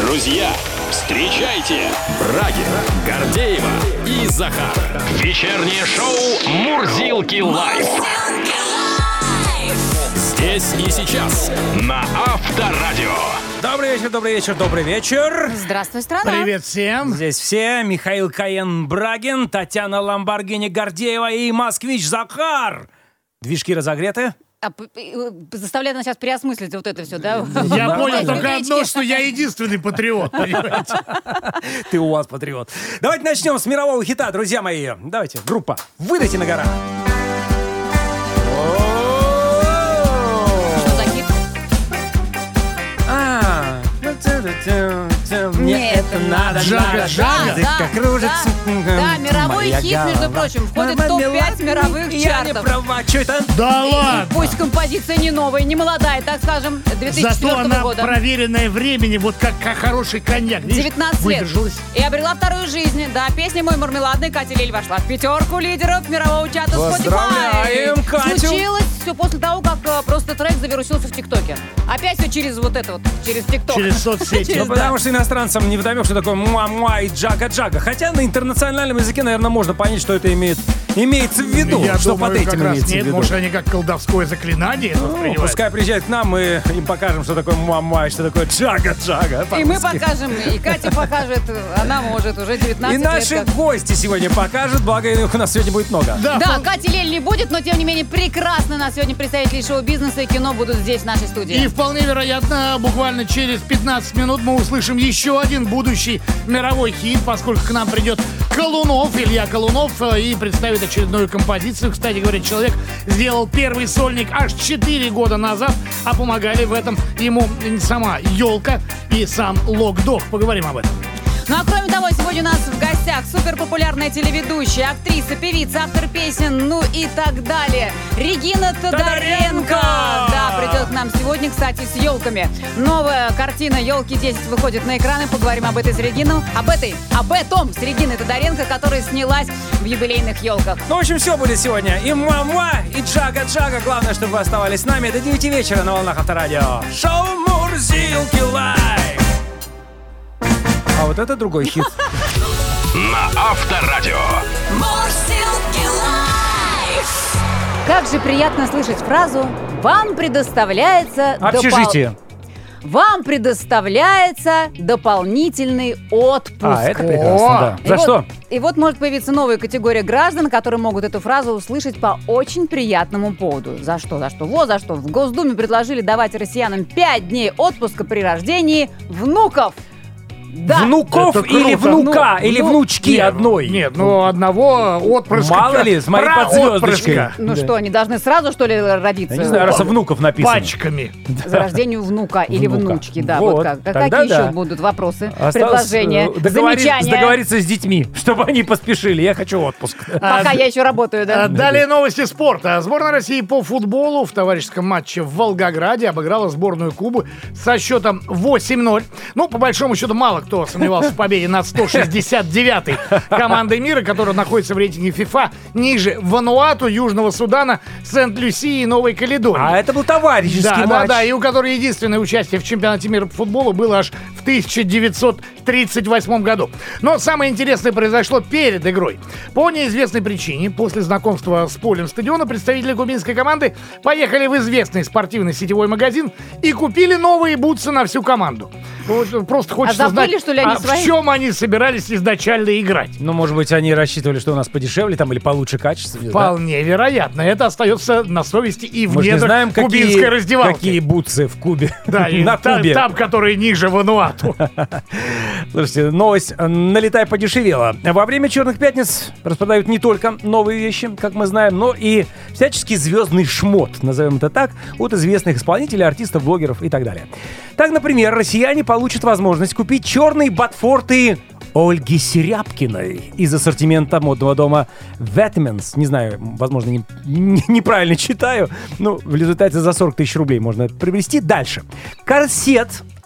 Друзья, встречайте Брагина, Гордеева и Захар. Вечернее шоу «Мурзилки лайф». Здесь и сейчас на Авторадио. Добрый вечер, добрый вечер, добрый вечер. Здравствуй, страна. Привет всем. Здесь все. Михаил Каен Брагин, Татьяна Ламборгини Гордеева и москвич Захар. Движки разогреты? Заставляет нас сейчас переосмыслить вот это все, да? Я понял только одно, что я единственный патриот, понимаете? Ты у вас патриот. Давайте начнем с мирового хита, друзья мои. Давайте, группа «Выдайте на гора». Что за хит? Мне это надо. Джага-джага? Как кружится. Да, мировой моя хит, между голова. прочим, входит в Мама топ-5 мировых Я не чартов. права. Что это? Да И ладно. пусть композиция не новая, не молодая, так скажем, 2004 Зато она года. проверенная временем, вот как хороший коньяк. Видишь, 19 лет. выдержалась. И обрела вторую жизнь. Да, песня «Мой мармеладный» Катя Лель вошла в пятерку лидеров мирового чата Spotify. Поздравляем, Катю. Случилось все после того, как просто трек завирусился в ТикТоке. Опять все через вот это вот, через ТикТок. Через соцсети. Ну, потому что иностранцам не вдомек, что такое муа-муа и джага-джага. Хотя на интернациональном языке, наверное, можно понять, что это имеется в виду. Я что думаю, под этим как раз имеется в нет, виду. может, они как колдовское заклинание это воспринимают. Пускай приезжают к нам, мы им покажем, что такое муа-муа и что такое джага-джага. И мы по-русски. покажем, и Катя покажет, она может, уже 19 И лет. наши как. гости сегодня покажут, благо их у нас сегодня будет много. Да, Кати Лель не будет, но тем не менее прекрасно нас сегодня представители шоу-бизнеса и кино будут здесь, в нашей студии. И вполне вероятно, буквально через 15 минут мы услышим еще один будущий мировой хит, поскольку к нам придет Колунов, Илья Колунов, и представит очередную композицию. Кстати говоря, человек сделал первый сольник аж 4 года назад, а помогали в этом ему сама Ёлка и сам Лок-Дог. Поговорим об этом. Ну а кроме того, сегодня у нас в гостях суперпопулярная телеведущая, актриса, певица, автор песен, ну и так далее. Регина Тодоренко. Да, придет к нам сегодня, кстати, с елками. Новая картина «Елки 10» выходит на экраны. Поговорим об этом с Региной. Об этом с Региной Тодоренко, которая снялась в юбилейных елках. Ну, в общем, все будет сегодня. И муа-муа, и джага-джага. Главное, чтобы вы оставались с нами до 9 вечера на волнах Авторадио. Шоу «Мурзилки лайф». А вот это другой хит. На Авторадио. Как же приятно слышать фразу «Вам предоставляется Общежитие. Вам предоставляется дополнительный отпуск». А, это прекрасно, да. За что? И вот может появиться новая категория граждан, которые могут эту фразу услышать по очень приятному поводу. За что? Вот за что. В Госдуме предложили давать россиянам 5 дней отпуска при рождении внуков. Да. Внуков Это или круто. внука, или внучки одной? Нет, одного отпрыска. Мало ли, смотри под звездочкой. Отпрыска. Ну что, они должны сразу, что ли, родиться? Я не знаю, раз внуков написано. Пачками. За рождение внука или Внука. внучки, да, Вот, вот как. тогда Какие да. еще будут вопросы, Осталось, предложения, замечания? договориться с детьми, чтобы они поспешили. Я хочу отпуск. Пока я еще работаю, да? Далее новости спорта. Сборная России по футболу в товарищеском матче в Волгограде обыграла сборную Кубы со счетом 8-0. Ну, по большому счету, мало кто сомневался в победе над 169-й командой мира, которая находится в рейтинге FIFA ниже Вануату, Южного Судана, Сент-Люсии и Новой Каледонии. А это был товарищеский матч. Да, и у которой единственное участие в чемпионате мира по футболу было аж в 1938 году. Но самое интересное произошло перед игрой. По неизвестной причине, после знакомства с полем стадиона, представители кубинской команды поехали в известный спортивный сетевой магазин и купили новые бутсы на всю команду. Вот, просто хочется забыли, знать, что ли, они свои? в чем они собирались изначально играть. Ну, может быть, они рассчитывали, что у нас подешевле там или получше качество. Да? Вполне вероятно. Это остается на совести и в Мы же не недрах знаем, кубинской раздевалки. какие бутсы в Кубе. Да, и на Кубе. там, которые ниже Вануату. Слушайте, новость «Налетай» подешевела. Во время «Черных пятниц» распродают не только новые вещи, как мы знаем, но и всяческий звездный шмот, назовем это так, от известных исполнителей, артистов, блогеров и так далее. Так, например, россияне получат возможность купить черные ботфорты Ольги Серябкиной из ассортимента модного дома Vetmans. Не знаю, возможно, неправильно читаю, но в результате за 40 тысяч рублей можно приобрести. Дальше. Корсет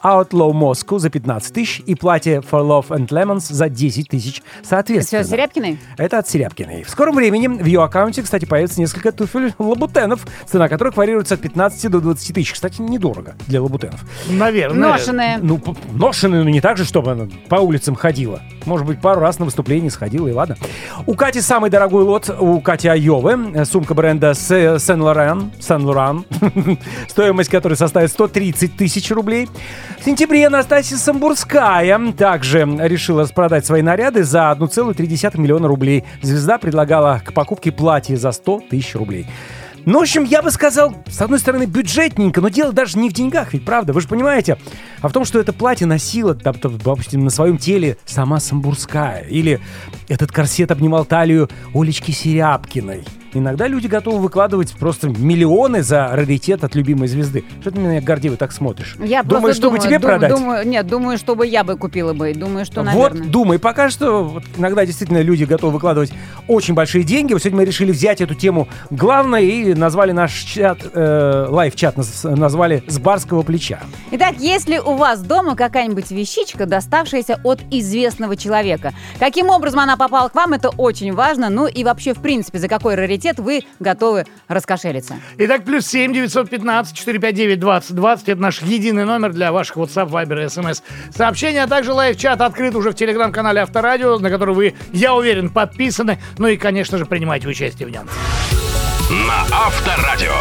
Outlaw Moscow за 15 тысяч и платье For Love and Lemons за 10 тысяч соответственно. Это все Серябкиной? Это от Серябкиной. В скором времени в ее аккаунте, кстати, появится несколько туфель лабутенов, цена которых варьируется от 15 до 20 тысяч. Кстати, недорого для лабутенов. Наверное. Ношеные. Ношеные, но не так же, чтобы она по улицам ходила. Может быть, пару раз на выступление сходила, и ладно. У Кати самый дорогой лот, у Кати Айовы. Сумка бренда Сен-Лоран, стоимость которой составит 130 тысяч рублей. В сентябре Анастасия Самбурская также решила распродать свои наряды за 1,3 миллиона рублей. Звезда предлагала к покупке платье за 100 тысяч рублей. Ну, в общем, я бы сказал, с одной стороны, бюджетненько, но дело даже не в деньгах, ведь правда, вы же понимаете, а в том, что это платье носила, допустим, на своем теле сама Самбурская, или этот корсет обнимал талию Олечки Серябкиной. Иногда люди готовы выкладывать просто миллионы за раритет от любимой звезды. Что ты на меня, гордиво, так смотришь? Я думаешь, чтобы тебе продать? Думаю, чтобы я бы купила бы. Думаю, что, вот, наверное. думай. Пока что вот, иногда действительно люди готовы выкладывать очень большие деньги. Вот сегодня мы решили взять эту тему главной и назвали наш чат, лайв-чат, назвали «С барского плеча». Итак, если у вас дома какая-нибудь вещичка, доставшаяся от известного человека, каким образом она попала к вам, это очень важно. Ну и вообще, в принципе, за какой раритет вы готовы раскошелиться. Итак, +7 915 459 20 20. Это наш единый номер для ваших WhatsApp, Viber и SMS сообщений, а также лайв-чат открыт уже в телеграм-канале Авторадио, на который вы, я уверен, подписаны. Ну и, конечно же, принимайте участие в нем. На Авторадио.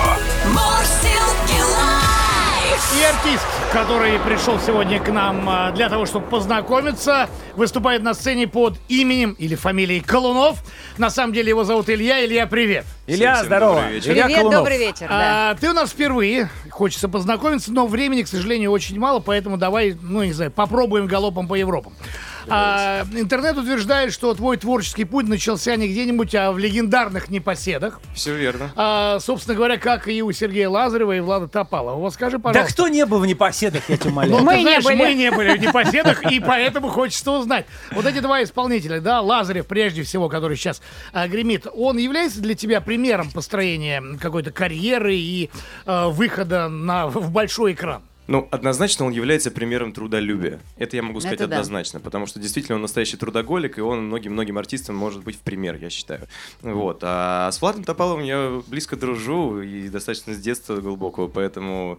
И артист, который пришел сегодня к нам для того, чтобы познакомиться, выступает на сцене под именем или фамилией Колунов. На самом деле его зовут Илья. Илья, привет. Илья, Всем здорово. Илья Привет, добрый вечер. Да. Ты у нас впервые. Хочется познакомиться, но времени, к сожалению, очень мало, поэтому давай, не знаю, попробуем галопом по Европам. Интернет утверждает, что твой творческий путь начался не где-нибудь, а в легендарных «Непоседах». Все верно. Собственно говоря, как и у Сергея Лазарева и Влада Топалова. Вот скажи, пожалуйста. Да кто не был в «Непоседах», я тебя умоляю? Мы не были в «Непоседах», и поэтому хочется узнать. Вот эти два исполнителя, да, Лазарев, прежде всего, который сейчас гремит, он является для тебя примером построения какой-то карьеры и выхода в большой экран? Ну, однозначно он является примером трудолюбия. Это я могу сказать Это да. однозначно, потому что действительно он настоящий трудоголик, и он многим-многим артистам может быть в пример, я считаю. Вот. А с Владом Топаловым я близко дружу и достаточно с детства глубокого, поэтому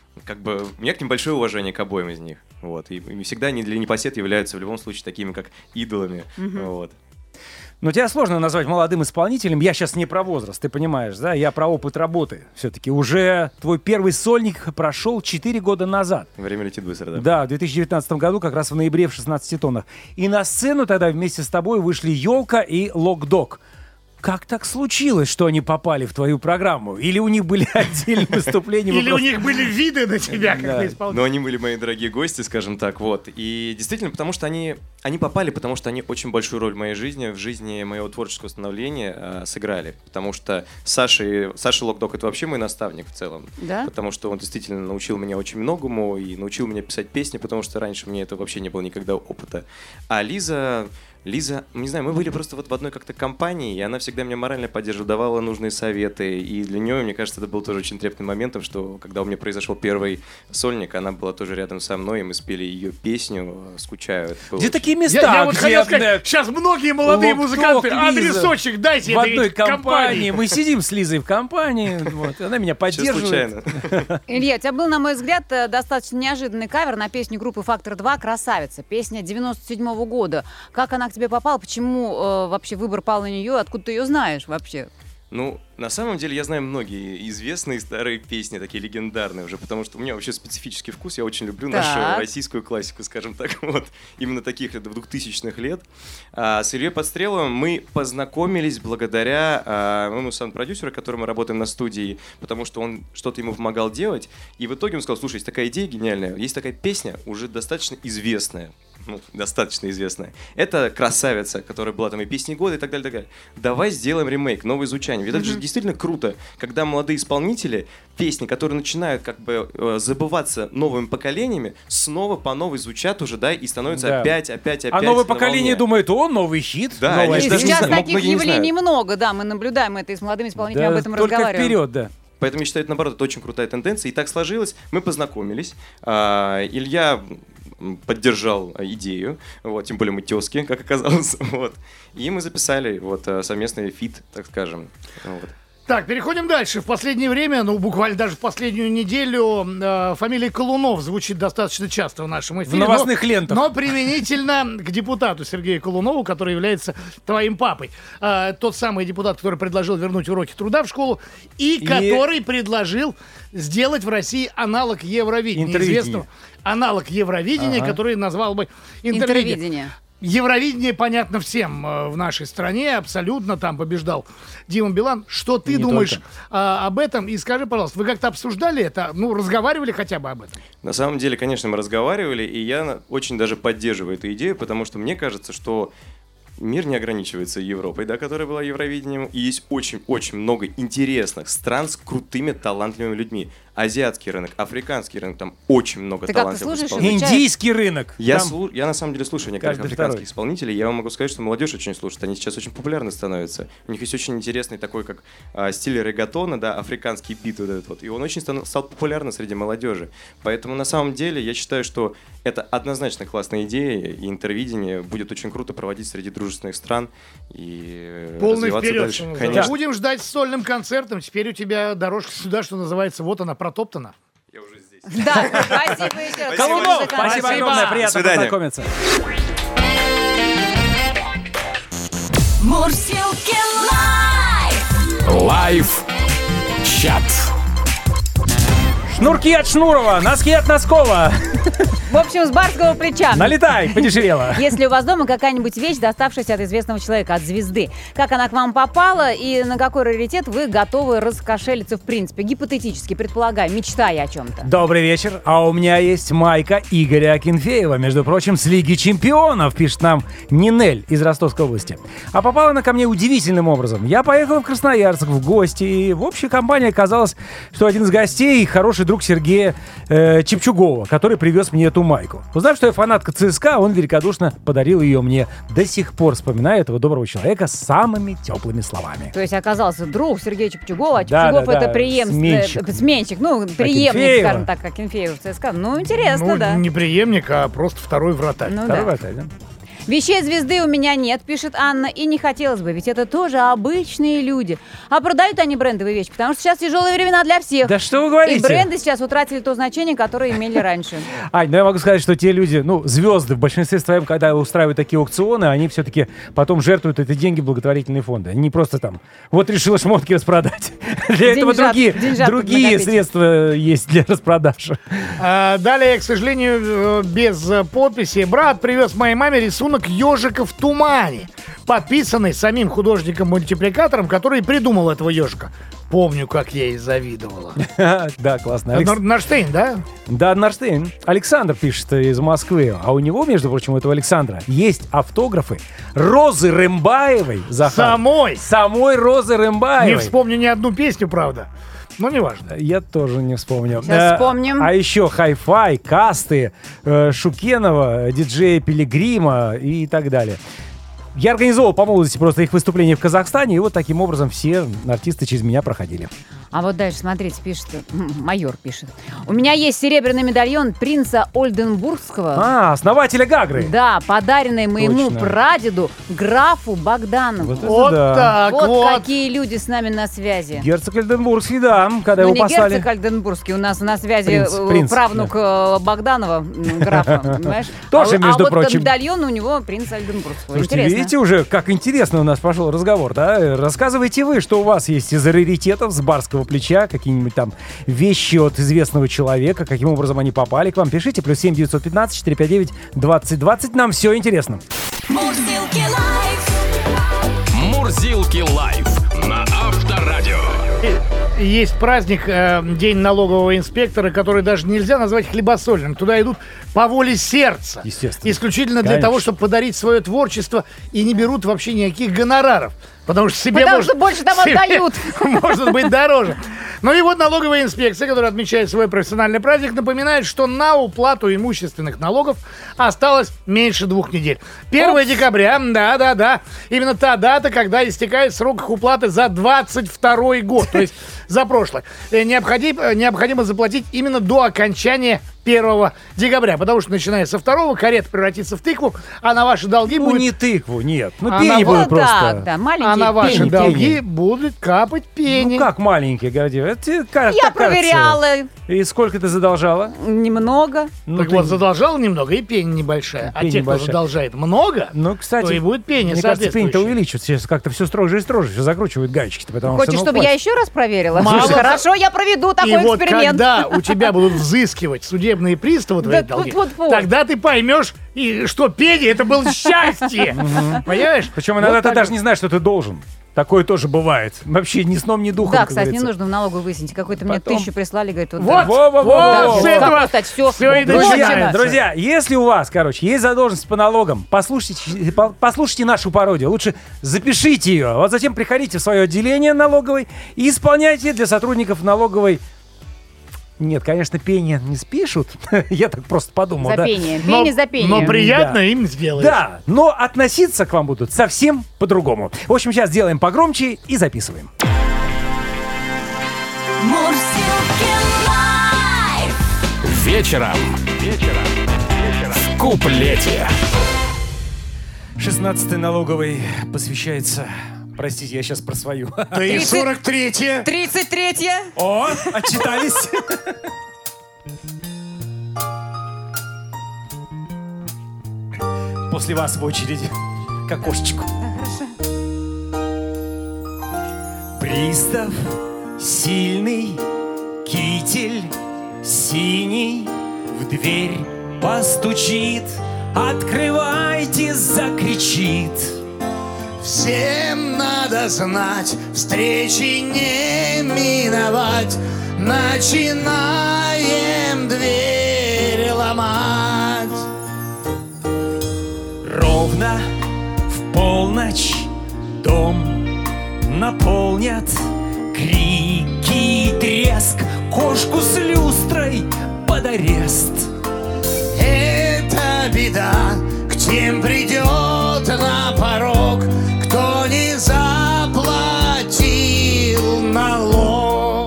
у меня к ним большое уважение к обоим из них. Вот. И всегда они для «Непосед» являются в любом случае такими, как идолами. Вот. Но тебя сложно назвать молодым исполнителем. Я сейчас не про возраст, ты понимаешь, да? Я про опыт работы. Все-таки уже твой первый сольник прошел 4 года назад. Время летит быстро, да? Да, в 2019 году, как раз в ноябре в 16 тоннах. И на сцену тогда вместе с тобой вышли «Елка» и «Лок-Дог». Как так случилось, что они попали в твою программу? Или у них были отдельные выступления? Или у них были виды на тебя, как на исполнителя? Но они были мои дорогие гости, скажем так, вот. И действительно, потому что они попали, потому что они очень большую роль в моей жизни, в жизни моего творческого становления сыграли. Потому что Саша Лок-Дог — это вообще мой наставник в целом. Да? Потому что он действительно научил меня очень многому и научил меня писать песни, потому что раньше мне это вообще не было никогда опыта. А Лиза, не знаю, мы были просто вот в одной как-то компании, и она всегда меня морально поддерживала, давала нужные советы, и для нее, мне кажется, это был тоже очень трепетным моментом, что когда у меня произошел первый сольник, она была тоже рядом со мной, и мы спели ее песню «Скучаю». Где такие места? Я вот хотел сказать, сейчас многие молодые музыканты, адресочек дайте в одной этой компании. Мы сидим с Лизой в компании, вот, она меня поддерживает. Все случайно. Илья, у тебя был, на мой взгляд, достаточно неожиданный кавер на песню группы «Фактор 2» «Красавица». Песня 97-го года. Как она к тебе попала? Почему вообще выбор пал на нее? Откуда ты ее знаешь вообще? Ну, на самом деле я знаю многие известные старые песни, такие легендарные уже, потому что у меня вообще специфический вкус, я очень люблю нашу российскую классику, скажем так, вот, именно таких 2000-х лет. С Ильей Подстреловым мы познакомились благодаря моему саунд-продюсеру, которым мы работаем на студии, потому что он что-то ему помогал делать, и в итоге он сказал: слушай, есть такая идея гениальная, есть такая песня, уже достаточно известная. Это «Красавица», которая была там и «Песни года» и так далее, так далее. Давай сделаем ремейк, новое звучание. Ведь это же действительно круто, когда молодые исполнители, песни, которые начинают забываться новыми поколениями, снова по новой звучат уже, да, и становятся опять. А новое поколение думает: о, новый хит. Да, Сейчас таких явлений много, да, мы наблюдаем это и с молодыми исполнителями об этом только разговариваем. Вперед, да. Поэтому я считаю, наоборот, это очень крутая тенденция. И так сложилось, мы познакомились. Илья поддержал идею, вот, тем более мы тезки, как оказалось, вот. И мы записали вот совместный фит, так скажем. Вот. Так, переходим дальше. В последнее время, буквально даже в последнюю неделю, фамилия Колунов звучит достаточно часто в нашем эфире. В новостных лентах. Но применительно к депутату Сергею Колунову, который является твоим папой. Тот самый депутат, который предложил вернуть уроки труда в школу и который предложил сделать в России аналог Евровидения. Известного аналог Евровидения, который назвал бы Интервидение. Евровидение понятно всем в нашей стране, абсолютно, там побеждал Дима Билан. Что ты думаешь об этом? И скажи, пожалуйста, вы как-то обсуждали это? Разговаривали хотя бы об этом? На самом деле, конечно, мы разговаривали, и я очень даже поддерживаю эту идею, потому что мне кажется, что мир не ограничивается Европой, да, которая была Евровидением, и есть очень-очень много интересных стран с крутыми, талантливыми людьми. Азиатский рынок, африканский рынок, там очень много талантливых исполнителей. Индийский рынок. Я на самом деле слушаю некоторых африканских исполнителей, я вам могу сказать, что молодежь очень слушает, они сейчас очень популярны становятся. У них есть очень интересный такой, как стиль реггатона, да, африканский бит вот этот вот, и он очень стал популярным среди молодежи. Поэтому на самом деле я считаю, что это однозначно классная идея, и Интервидение будет очень круто проводить среди дружественных стран и полный развиваться вперед, дальше. Конечно. Будем ждать с сольным концертом. Теперь у тебя дорожка сюда, что называется, вот она, протоптана. Я уже здесь. Да, спасибо еще раз. Колунов, спасибо огромное, приятно познакомиться. Мурзилки лайф! Лайф-чат. Шнурки от Шнурова, носки от Носкова. В общем, с барского плеча. Налетай, подешевело. Если у вас дома какая-нибудь вещь, доставшаяся от известного человека, от звезды, как она к вам попала и на какой раритет вы готовы раскошелиться в принципе? Гипотетически, предполагаю, мечтая о чем-то. Добрый вечер. А у меня есть майка Игоря Акинфеева, между прочим, с Лиги Чемпионов, пишет нам Нинель из Ростовской области. А попала она ко мне удивительным образом. Я поехал в Красноярск в гости, и в общей компании оказалось, что один из гостей — хороший друг Сергея Чепчугова, который привез мне эту майку. Узнав, что я фанатка ЦСКА, он великодушно подарил ее мне. До сих пор вспоминаю этого доброго человека с самыми теплыми словами. То есть оказался друг Сергея Чепчугова, а Чепчугов это сменщик, преемник, скажем так, Акинфеева в ЦСКА. Интересно, да. Не преемник, а просто второй вратарь. Второй вратарь, да. Вещей звезды у меня нет, пишет Анна, и не хотелось бы, ведь это тоже обычные люди. А продают они брендовые вещи, потому что сейчас тяжелые времена для всех. Да что вы говорите? И бренды сейчас утратили то значение, которое имели раньше. Ань, я могу сказать, что те люди, звезды в большинстве своем, когда устраивают такие аукционы, они все-таки потом жертвуют эти деньги в благотворительные фонды. Они не просто там, решила шмотки распродать. Для этого другие средства есть для распродажи. Далее, к сожалению, без подписи. Брат привез моей маме рисунок ежика в тумане, подписанный самим художником-мультипликатором, который придумал этого ежика. Помню, как я ей завидовала. Да, классно. Нарштейн, да? Да, Нарштейн. Александр пишет из Москвы. А у него, между прочим, у этого Александра, есть автографы Розы Рымбаевой. Самой Розы Рымбаевой. Не вспомню ни одну песню, правда. Но неважно. Я тоже не вспомню. Сейчас вспомним. А еще Хай-Фай, Касты, Шукенова, диджея Пилигрима и так далее. Я организовал по молодости просто их выступления в Казахстане, и вот таким образом все артисты через меня проходили. А вот дальше, смотрите, пишет, майор пишет. У меня есть серебряный медальон принца Ольденбургского. Основателя Гагры. Да, подаренный моему прадеду, графу Богданову. Вот какие люди с нами на связи. Герцог Ольденбургский, да, когда его послали. Не герцог Ольденбургский, у нас на связи правнук Богданова, графа, понимаешь? Тоже, между прочим. А вот медальон у него принца Ольденбургского. Интересно. Видите уже, как интересно у нас пошел разговор, да? Рассказывайте вы, что у вас есть из раритетов с барского плеча, какие-нибудь там вещи от известного человека, каким образом они попали к вам. Пишите, +7 915 459 2020, нам все интересно. Мурзилки лайф. Мурзилки лайф на Авторадио. Есть праздник, День налогового инспектора, который даже нельзя назвать хлебосольным. Туда идут по воле сердца. Естественно. Исключительно для того, чтобы подарить свое творчество, и не берут вообще никаких гонораров. Потому что себе Потому что больше там отдают. может быть дороже. Ну и вот налоговая инспекция, которая отмечает свой профессиональный праздник, напоминает, что на уплату имущественных налогов осталось меньше 2 недель. 1 декабря, да. Именно та дата, когда истекает срок их уплаты за 22 год, то есть за прошлое. Необходимо заплатить именно до окончания 1 декабря, потому что начиная со 2 карета превратится в тыкву, а на ваши долги Ну, будет... не тыкву, нет. Ну, А пени на будут Вот просто. так, да, маленькие А на ваши пени, долги пени. будет капать пени. Ну, как маленькие, Гордеева? Это тебе Я так кажется. проверяла. И сколько ты задолжала? Немного. Ну, Так ты- вот, задолжал немного, и пень небольшая. А Пень те, кто небольшая. задолжает много, Ну, кстати, то и будет пени мне кажется, пень-то соответствующая. увеличивается. Сейчас как-то все строже и строже. Все закручивают гаечки-то, потому Хочешь, что... чтобы я еще раз проверила? Мало- Хорошо, я проведу И такой вот эксперимент. когда у тебя будут взыскивать судебные приставы твои Да долги, тьфу-тьфу-тьфу. тогда ты поймешь, что пение это было счастье. Понимаешь? Причем иногда Вот ты так даже вот. не знаешь, что ты должен. Такое тоже бывает. Вообще ни сном, ни духом, Да, как кстати, не говорится. нужно в налоговую высунуть. Какой-то мне Потом- 1000 прислали, говорит, вот Вот, да. Во-во-во-во. вот, с Да, этого как вот, всё, всё и друзья, начинается. Друзья, если у вас, есть задолженность по налогам, послушайте нашу пародию. Лучше запишите ее, а вот затем приходите в свое отделение налоговой и исполняйте для сотрудников налоговой. Нет, конечно, пение не спишут. Я так просто подумал. За да. пение. Но- Пение за пение. Но приятно Да. им сделаешь. Да, но относиться к вам будут совсем по-другому. В общем, сейчас делаем погромче и записываем. Мурзилки лайф. Вечером. В куплете. 16-й налоговой посвящается... Простите, я сейчас про свою. Да и 43-е. 33-я. О, отчитались. После вас в очереди. К окошечку. Пристав сильный, китель синий в дверь постучит. Открывайте, закричит. Всем надо знать, встречи не миновать. Начинаем дверь ломать. Ровно в полночь дом наполнят крики и треск. Кошку с люстрой под арест. Это беда, к тем придет на порог, кто не заплатил налог.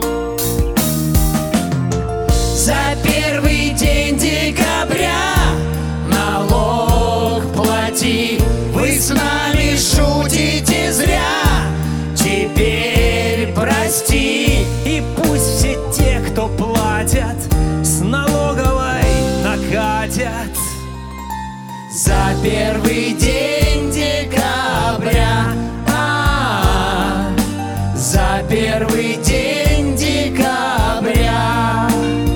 За первый день декабря налог плати. Вы с нами шутите зря, теперь прости. И пусть все те, кто платят, с налоговой накатят. За первый день декабря, за первый день декабря.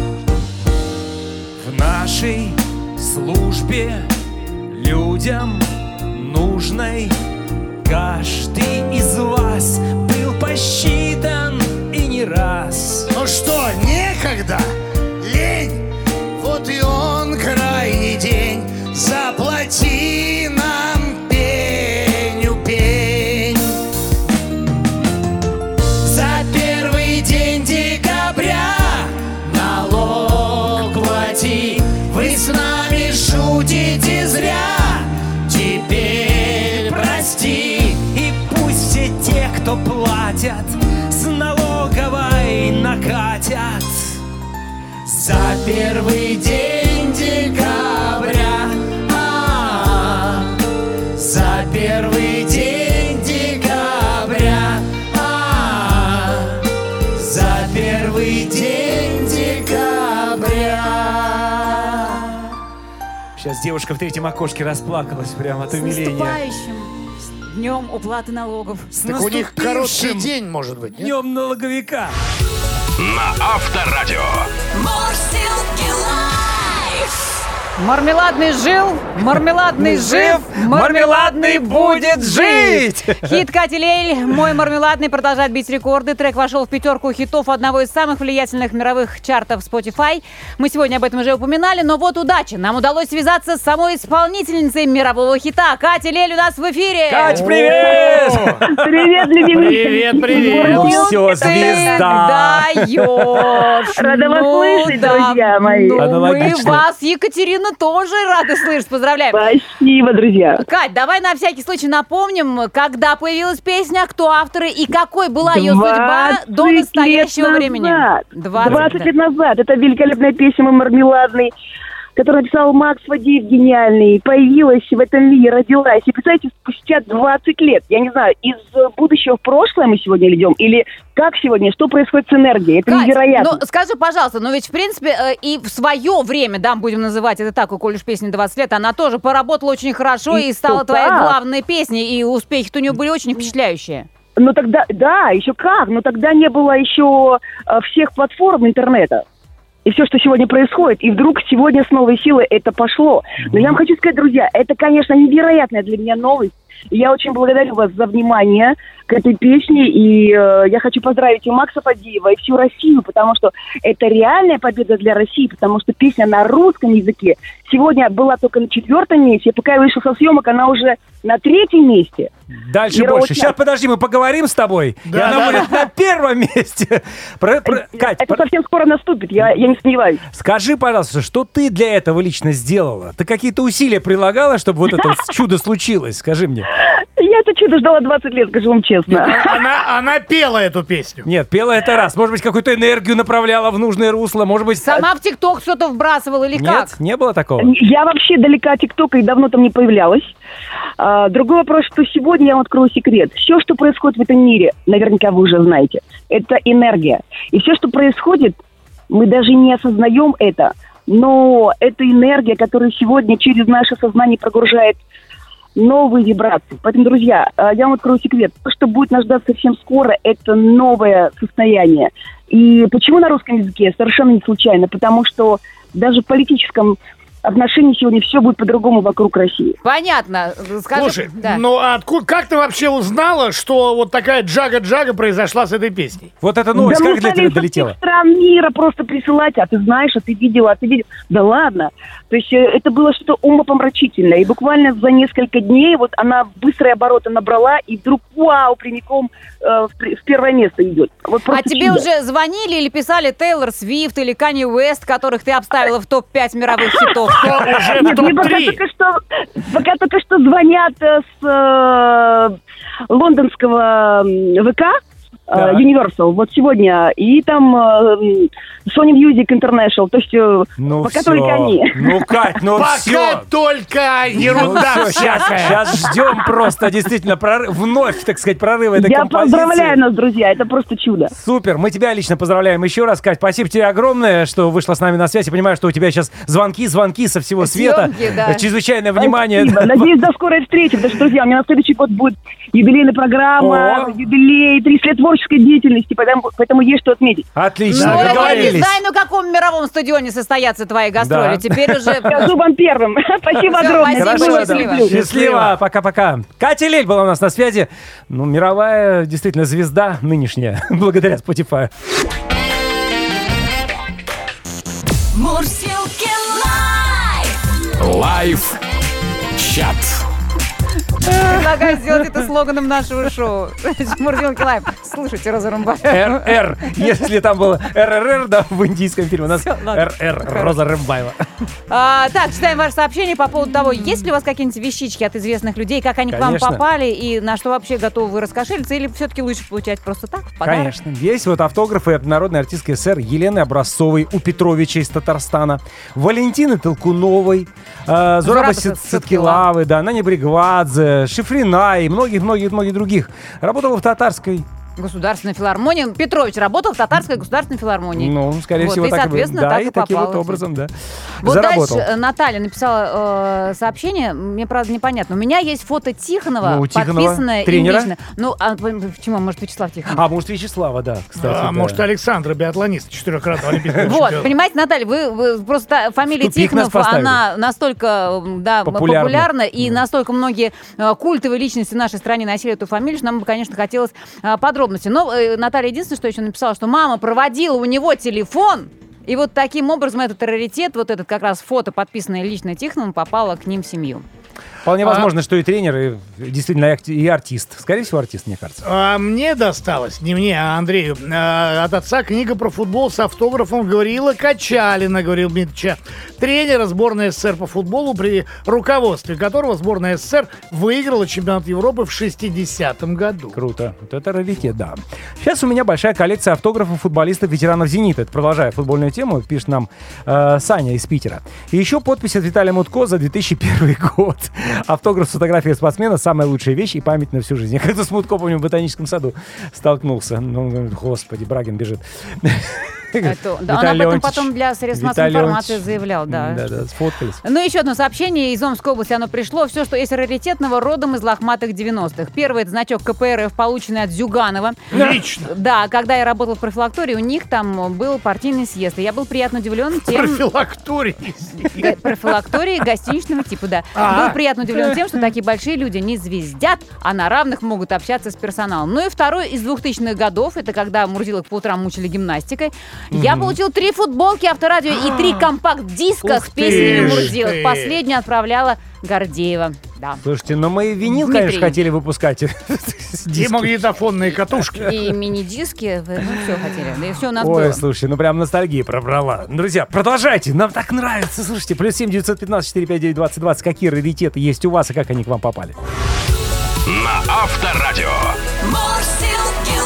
В нашей службе людям нужной каждый из вас был посчитан и не раз. Ну что, некогда? Лень? Вот и он крайний день. Заплати нам пеню, пень. За первый день декабря налог плати. Вы с нами шутите зря, теперь прости. И пусть все те, кто платят, с налоговой накатят. За первый день декабря, за первый день декабря, за первый день декабря. Сейчас девушка в третьем окошке расплакалась прямо от С умиления. наступающим днем уплаты налогов. С Так у них короткий наступившим день, может быть, нет? Днем налоговика. На Авторадио. Мурзилки лайф. Мармеладный жил, мармеладный жив, мармеладный будет жить. Хит Кати Лель «Мой мармеладный» продолжает бить рекорды. Трек вошел в 5 хитов одного из самых влиятельных мировых чартов Spotify. Мы сегодня об этом уже упоминали, но вот удача. Нам удалось связаться с самой исполнительницей мирового хита. Катя Лель у нас в эфире. Кать, привет! Привет, любимый. Привет. Ну все, звезда. Даешь. Рада вас слышать, друзья мои. Ну, мы Аналогично. вас, Екатерина, тоже рады слышать. Поздравляем. Спасибо, друзья. Кать, давай на всякий случай напомним, когда появилась песня, кто авторы и какой была ее судьба до 20 настоящего лет времени. назад. 20 лет назад. Это великолепная песня «Мой мармеладный», которую написал Макс Фадеев, гениальный. Появилась в этом мире, родилась. И представляете, спустя 20 лет, я не знаю, из будущего в прошлое мы сегодня идем, или как сегодня, что происходит с энергией? Это Кать, невероятно. ну скажи, пожалуйста, но ведь в принципе и в свое время, да, будем называть это так, у Коли песни 20 лет, она тоже поработала очень хорошо и стала твоей главной песней, и успехи-то у нее были очень впечатляющие. Ну тогда, да, еще как, но тогда не было еще всех платформ интернета. И все, что сегодня происходит, и вдруг сегодня с новой силой это пошло. Но я вам хочу сказать, друзья, это, конечно, невероятная для меня новость. И я очень благодарю вас за внимание к этой песне. И я хочу поздравить и Макса Фадеева, и всю Россию, потому что это реальная победа для России, потому что песня на русском языке сегодня была только на 4-м месте. И пока я вышел со съемок, она уже на 3-м месте. Дальше Ира, больше. вот Сейчас, подожди, мы поговорим с тобой. И она будет на 1-м месте. Кать, Это совсем скоро наступит, я не сомневаюсь. скажи, пожалуйста, что ты для этого лично сделала? Ты какие-то усилия прилагала, чтобы вот это чудо случилось? Скажи мне. Я это чудо ждала 20 лет, скажу вам честно. Она пела эту песню. Нет, пела это раз. Может быть, какую-то энергию направляла в нужное русло. Может быть... Сама в ТикТок что-то вбрасывала или как? Нет, не было такого? Я вообще далека от ТикТока и давно там не появлялась. Другой вопрос, что сегодня я вам открою секрет. Все, что происходит в этом мире, наверняка вы уже знаете, это энергия. И все, что происходит, мы даже не осознаем это, но это энергия, которая сегодня через наше сознание прогружает новые вибрации. Поэтому, друзья, я вам открою секрет. То, что будет нас ждать совсем скоро, это новое состояние. И почему на русском языке? Совершенно не случайно. Потому что даже в политическом отношении сегодня все будет по-другому вокруг России. Понятно. Скажи, Слушай, да. ну откуда, как ты вообще узнала, что вот такая джага-джага произошла с этой песней? Вот эта новость, да как для тебя стали со долетела? всех стран мира просто присылать, а ты знаешь, а ты видела, Да ладно. То есть это было что-то умопомрачительное. И буквально за несколько дней вот она быстрые обороты набрала, и вдруг, вау, прямиком в 1-е место идет. Вот А просто тебе чудо. уже звонили или писали Тейлор Свифт или Канье Уэст, которых ты обставила в топ-5 мировых хитов? Уже в Нет, мне топ-3. пока только что звонят с лондонского ВК, Так. Universal, вот сегодня, и там Sony Music International, то есть Ну пока все. только они. Ну, Кать, ну Пока все. только ерунда всякая. Сейчас ждем просто действительно вновь, так сказать, прорыва этой Я композиции. поздравляю нас, друзья, это просто чудо. Супер, мы тебя лично поздравляем еще раз, Кать. Спасибо тебе огромное, что вышла с нами на связь. Я понимаю, что у тебя сейчас звонки со всего света. Съемки, да. Чрезвычайное внимание. Спасибо. Надеюсь, до скорой встречи, потому что, друзья, у меня на следующий год будет юбилейная программа, О. юбилей, 30 лет творческой деятельности, поэтому есть что отметить. Отлично, Ну, я не договорились. знаю, на каком мировом стадионе состоятся твои гастроли. Да. Теперь уже... Скажу вам первым. Спасибо Всё, огромное. спасибо, Хорошо, да. счастливо. Счастливо, пока-пока. Катя Лель была у нас на связи. Ну, мировая действительно звезда нынешняя, благодаря Spotify. Мурзилки лайф. Лайв-чат. Предлагаю сделать это слоганом нашего шоу. Мурзилки лайв. Слушайте, Роза Рымбаева. РР. Если там было РРР, да, в индийском фильме, у нас Всё, ладно. РР, Роза Рымбаева. Так, читаем ваше сообщение по поводу того, есть ли у вас какие-нибудь вещички от известных людей, как они к вам Конечно. попали и на что вообще готовы вы раскошелиться, или все-таки лучше получать просто так, в подарок? Конечно. Есть вот автографы от народной артистки СССР Елены Образцовой, у Петровича из Татарстана, Валентины Толкуновой, Зураба Зураба Цаткилавы, да, Нани Бригвадзе, Шифрина и многих других. Работала в татарской Государственная филармония. Петрович работал в Татарской государственной филармонии. Ну, скорее Вот, всего, и, так соответственно, да, так и и таким попало. вот образом, да. Вот Заработал. дальше Наталья написала сообщение, мне, правда, непонятно. У меня есть фото Тихонова, Ну, у Тихонова, подписанное им тренера? лично. Ну, почему? Может, Вячеслав Тихонов? А, может, Вячеслава, да, кстати. А да. может, Александра, биатлонист, 4-кратного олимпийского Вот, чемпиона. понимаете, Наталья, вы просто фамилия Тупик нас Тихонов, поставили. она настолько Популярна. популярна, и настолько многие культовые личности в нашей стране носили эту фамилию, что нам бы, конечно, хотелось подробностей. Но Наталья единственное, что еще написала, что мама проводила у него телефон, и вот таким образом этот раритет, вот этот как раз фото, подписанное лично Тихоновым, попало к ним в семью. Вполне возможно, что и тренер, и действительно и артист. Скорее всего, артист, мне кажется. А мне досталось, не мне, а Андрею, от отца книга про футбол с автографом Гавриила Качалина, говорил Дмитрича, тренера сборной СССР по футболу, при руководстве которого сборная СССР выиграла чемпионат Европы в 60-м году. Круто. Вот это раритет, да. Сейчас у меня большая коллекция автографов футболистов-ветеранов «Зенита». Это продолжая футбольную тему, пишет нам Саня из Питера. И еще подпись от Виталия Мутко за 2001 год. Автограф с фотографией спортсмена — самая лучшая вещь и память на всю жизнь. Я как-то с Мутко, помню, в ботаническом саду столкнулся. Ну, господи, Брагин бежит. Да, он об этом потом для средств массовой информации заявлял, да. Да, сфоткались. Ну, еще одно сообщение из Омской области, оно пришло. Все, что есть раритетного, родом из лохматых 90-х. Первый — это значок КПРФ, полученный от Зюганова. Лично. Да, когда я работала в профилактории, у них там был партийный съезд. И я был приятно удивлен тем... Профилактории гостиничного типа, да. Был приятно удивлен тем, что такие большие люди не звездят, а на равных могут общаться с персоналом. Ну и второй из 2000-х годов, это когда мурзилок по утрам мучили гимнастикой. Я получил 3 футболки Авторадио и 3 компакт-диска Ух с песнями ты! Мурзилок. Последнюю отправляла Гордеева. Да. Слушайте, но мы винил, Дмитрий. конечно, хотели выпускать. И магнитофонные катушки. И мини-диски, ну все хотели. Да и все у нас Ой, было. слушайте, ну прям ностальгия пробрала. Друзья, продолжайте, нам так нравится. Слушайте, +7 915 459 2020. Какие раритеты есть у вас и как они к вам попали? На Авторадио. Мурзилки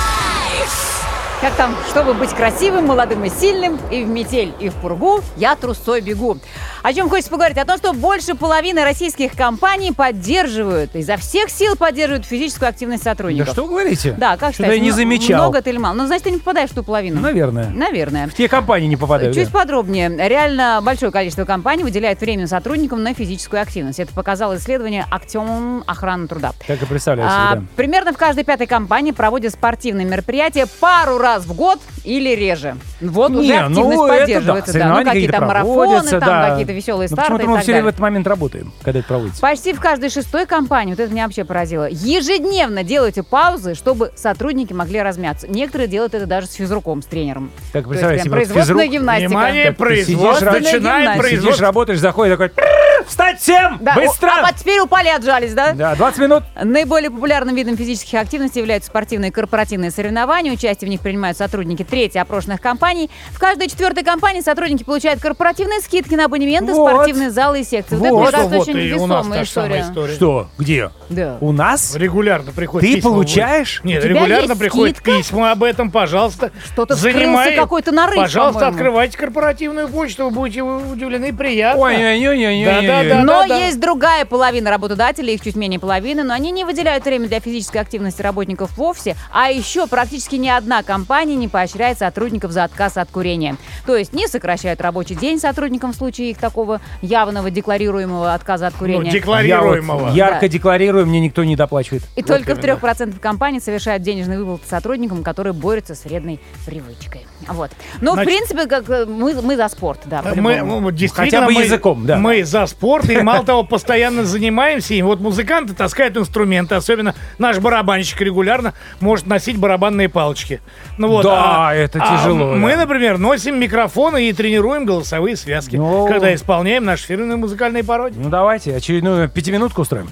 лайф. Как там, чтобы быть красивым, молодым и сильным, и в метель, и в пургу, я трусой бегу. О чем хочется поговорить? О том, что больше половины российских компаний поддерживают, изо всех сил поддерживают физическую активность сотрудников. Да что вы говорите? Да, как Что-то я считаешь, не замечал. Много это или мало? Ну, значит, ты не попадаешь в ту половину. Наверное. Наверное. В те компании не попадают. Чуть да. подробнее. Реально большое количество компаний выделяет время сотрудникам на физическую активность. Это показало исследование Актион охраны труда. Так и представляю себе, да. Примерно в каждой 5-й компании проводят спортивные мероприятия пару раз в год или реже. Вот уже активность поддерживается. Да. Ну, какие-то марафоны, там какие-то веселые старты и мы так все далее. в этот момент работаем, когда это проводится. Почти в каждой 6-й компании, вот это меня вообще поразило, ежедневно делайте паузы, чтобы сотрудники могли размяться. Некоторые делают это даже с физруком, с тренером. Так, То есть представляете, прям вот производственная физрук. гимнастика. Внимание, Так ты производство, сидишь, начинаем гимнастика. Сидишь, производство. работаешь, заходишь, такой, встать всем, Да, быстро! а теперь упали и отжались, да? Да, 20 минут. Наиболее популярным видом физических активностей являются спортивные и корпоративные соревнования. Участие в них принимают сотрудники трети опрошенных компаний. В каждой 4-й компании сотрудники получают корпоративные скидки на абонементы, Вот. спортивные залы и секции. Вот это, Вот. мне кажется, Вот очень и у нас весомая та же самая история. история. Что? Где? Да. У нас? Регулярно приходят Ты письма. получаешь? Нет, У тебя регулярно есть приходят скидка? письма об этом, пожалуйста. Что-то вскрылся какой-то нарыв, Пожалуйста, по-моему. открывайте корпоративную почту, вы будете удивлены, приятно. Ой-ой-ой-ой-ой. Да-да-да. Но есть другая половина работодателей, их чуть менее половины, но они не выделяют время для физической активности работников вовсе, а еще практически ни одна компания не поощряет сотрудников за отказ от курения. То есть не сокращают рабочий день сотрудникам в случае их такого явного декларируемого отказа от Ну, курения. декларируемого. Я вот ярко Да. декларирую, мне никто не доплачивает. И только в 3% компаний совершают денежные выплаты сотрудникам, которые борются с вредной привычкой. Вот. Ну, в Значит, принципе, как мы за спорт, да. Мы по-любому. действительно Хотя бы мы- языком, да. Мы за спорт, и мало того, постоянно занимаемся им. Вот музыканты таскают инструменты, особенно наш барабанщик регулярно может носить барабанные палочки. Ну вот, Да, это тяжело, Мы, да. например, носим микрофоны и тренируем голосовые связки, Ну. когда исполняем наши фирменные музыкальные пародии. Ну давайте очередную 5-минутку устроим.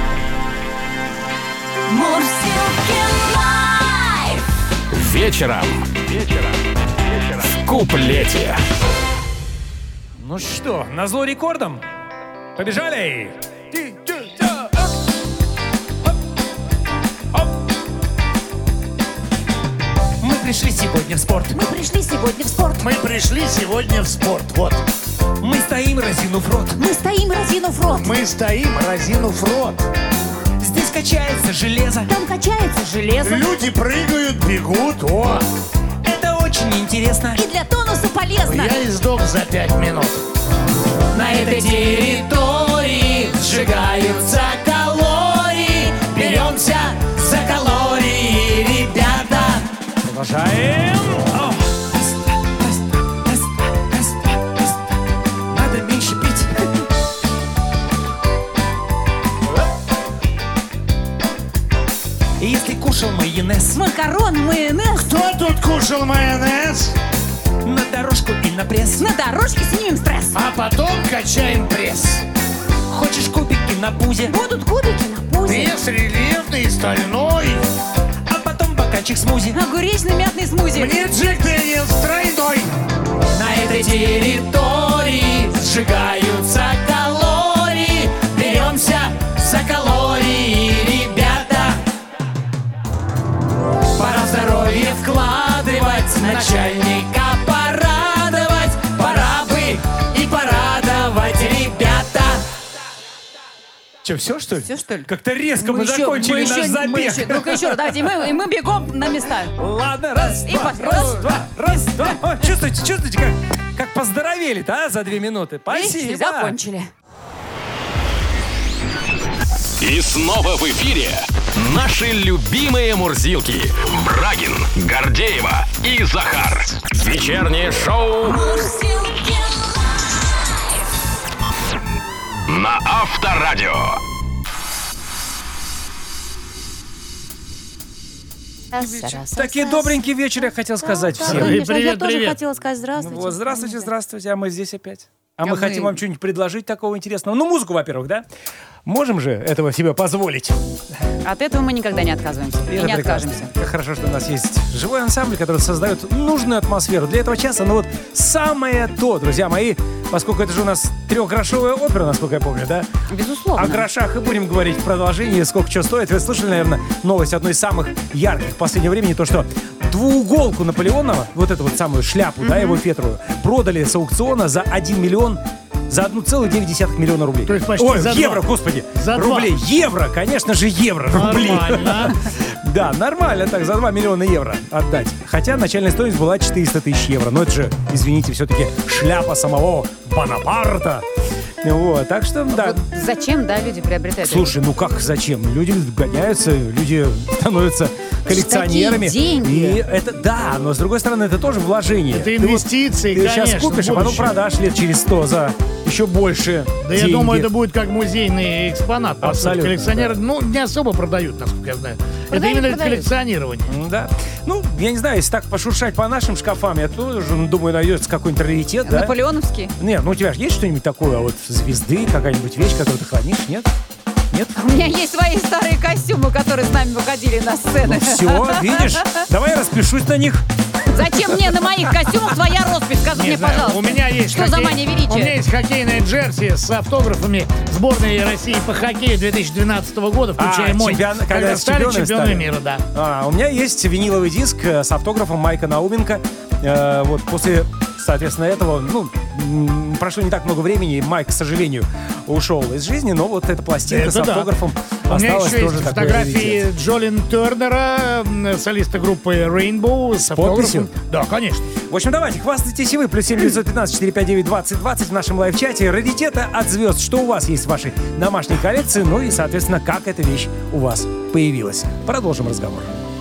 Мурзилки лайф. Вечером. В куплете. Ну что, назло рекордом? Побежали! Мы пришли сегодня в спорт. Мы пришли сегодня в спорт. Мы пришли сегодня в спорт. Вот. Мы стоим, разинув рот. Мы стоим, разинув рот. Мы стоим, разинув рот. Здесь качается железо. Там качается железо. Люди прыгают, бегут. О, Это очень интересно. И для тонуса полезно. я издох за 5 минут. На этой территории сжигаются калории. Беремся за калории, ребята. Продолжаем. Надо меньше пить. И если кушал майонез Макароны, майонез. Кто тут кушал майонез? на дорожку и на пресс, На дорожке снимем стресс. А потом качаем пресс. хочешь кубики на пузе, Будут кубики на пузе. Пресс рельефный, стальной. а потом бокальчик смузи. Огуречный мятный смузи. Мне Джек Дэниелс тройной. На этой территории сжигаются калории. Беремся за калории, ребята. Пора в здоровье вкладывать, начальника порадовать. Пора бы и порадовать, ребята. Че, все что ли? Все, что ли? Как-то резко мы еще- закончили мы наш еще- мы забег. еще- Ну-ка еще раз, давайте, и мы бегом на места. Ладно, раз, И два, по- раз, два, раз, два. О, чувствуете, как поздоровели-то, а, за 2 минуты? Видите, Спасибо. закончили. И снова в эфире наши любимые мурзилки. Брагин, Гордеева и Захар. Вечернее шоу Мурзилки на Авторадио. Такие добренький вечер, я хотел сказать всем. Конечно, я Привет, тоже привет. хотела сказать здравствуйте. Вот, здравствуйте, здравствуйте, а мы здесь опять. А А мы мы- хотим вам что-нибудь предложить такого интересного. Ну, музыку, во-первых, да? Можем же этого себе позволить. От этого мы никогда не отказываемся. И Это не прекрасно. откажемся. Как хорошо, что у нас есть живой ансамбль, который создает нужную атмосферу для этого часа. Ну вот самое то, друзья мои, поскольку это же у нас 3-грошовая опера, насколько я помню, да? Безусловно. О грошах и будем говорить в продолжении, сколько что стоит. Вы слышали, наверное, новость одной из самых ярких в последнее время, то, что двууголку Наполеонова, вот эту вот самую шляпу, да, его фетровую, продали с аукциона за 1 миллион, за 1,9 миллиона рублей. То есть почти Ой, за евро, два. господи. За рублей. Евро, конечно же, евро. Рублей. Нормально. Да, нормально так, за 2 миллиона евро отдать. Хотя начальная стоимость была 400 тысяч евро. Но это же, извините, все-таки шляпа самого Бонапарта. Вот, так что, да. Вот зачем, да, люди приобретают? Слушай, ну как, зачем? Люди гоняются, люди становятся коллекционерами. Такие деньги. И это, да, но с другой стороны, это тоже вложение. Это Ты вот- инвестиции, Ты конечно, сейчас купишь, в а потом будущее. продашь лет через 100 за еще больше Да я деньги. думаю, это будет как музейный экспонат. По сути. Абсолютно, Коллекционеры, да. ну, не особо продают, насколько я знаю. Это Продают, именно продают. коллекционирование. Да. Ну, я не знаю, если так пошуршать по нашим шкафам, я тоже, думаю, найдется какой-нибудь раритет, да? Наполеоновский. Нет, ну у тебя же есть что-нибудь такое, а вот звезды, какая-нибудь вещь, которую ты хранишь, нет? Нет? У меня есть свои старые костюмы, которые с нами выходили на сцены. Все, видишь? Давай я распишусь на них. Зачем мне на моих костюмах твоя роспись? Скажи Не мне, знаю, пожалуйста. у меня есть Что за мания У меня величия? есть хоккейная джерси с автографами сборной России по хоккею 2012 года, включая мой. когда стали чемпионами чемпионами мира, да. У меня есть виниловый диск с автографом Майка Науменко. Вот после, соответственно, этого, прошло не так много времени, и Майк, к сожалению, ушел из жизни, но вот эта пластинка Это с да. автографом У меня осталась еще тоже есть такой фотографии раритет. Джолин Тернера, солиста группы Rainbow, с подписью? автографом. Да, конечно. В общем, давайте, хвастайтесь и вы. +7 915 459 2020 в нашем лайв-чате. Раритеты от звезд. Что у вас есть в вашей домашней коллекции? Ну и, соответственно, как эта вещь у вас появилась. Продолжим разговор.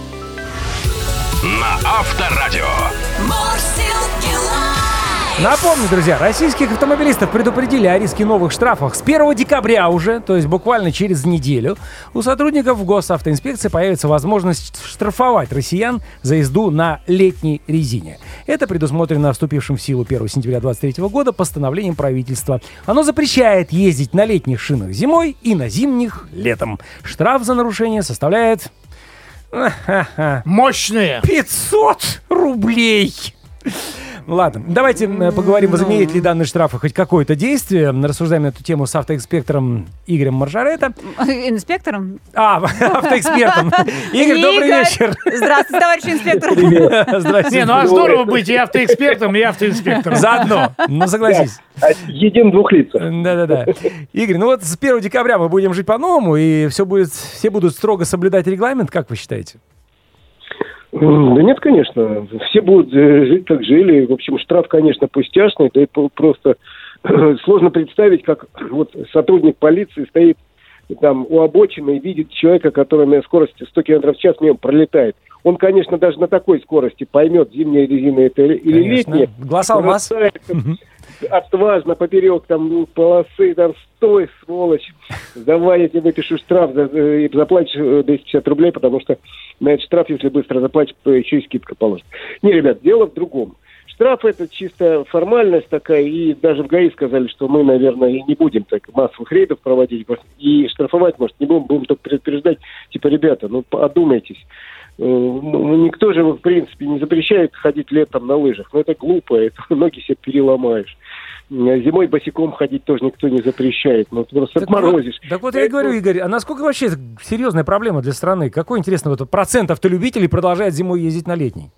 На Авторадио. Мурзилки лайф. Напомню, друзья, российских автомобилистов предупредили о риске новых штрафов. С 1 декабря уже, то есть буквально через неделю, у сотрудников госавтоинспекции появится возможность штрафовать россиян за езду на летней резине. Это предусмотрено вступившим в силу 1 сентября 2023 года постановлением правительства. Оно запрещает ездить на летних шинах зимой и на зимних летом. Штраф за нарушение составляет... Мощные. 500 рублей! Ладно, давайте поговорим, возымеет ли данные штрафы хоть какое-то действие. Рассуждаем на эту тему с автоэкспертом Игорем Маржаретто. Инспектором? Автоэкспертом. Игорь, добрый вечер. Здравствуйте, товарищ инспектор. Здравствуйте. Не, ну а здорово быть и автоэкспертом, и автоинспектором. Заодно, ну согласись. Едим двух лиц. Да. Игорь, ну вот с 1 декабря мы будем жить по-новому, и все будут строго соблюдать регламент, как вы считаете? Да нет, конечно. Все будут жить, как жили. В общем, штраф, конечно, пустяшный. Да это просто сложно представить, как вот сотрудник полиции стоит там у обочины и видит человека, который на скорости 100 км в час мимо пролетает. Он, конечно, даже на такой скорости поймет, зимняя резина это или летняя. Глаз алмаз. Отважно поперек там полосы, там стой, сволочь. Давай я тебе выпишу штраф и заплатишь 250 рублей, потому что на этот штраф, если быстро заплатишь, то еще и скидка положит. Не, ребят, дело в другом. Штраф это чисто формальность такая, и даже в ГАИ сказали, что мы, наверное, и не будем так массовых рейдов проводить, и штрафовать, может, не будем только предупреждать, типа, ребята, ну, одумайтесь. Никто же, в принципе, не запрещает ходить летом на лыжах. Но это глупо, это ноги себе переломаешь. Зимой босиком ходить тоже никто не запрещает. Ну, ты просто отморозишь. Так вот я и говорю, Игорь, а насколько вообще это серьезная проблема для страны? Какой, интересно, вот процент автолюбителей продолжает зимой ездить на летний?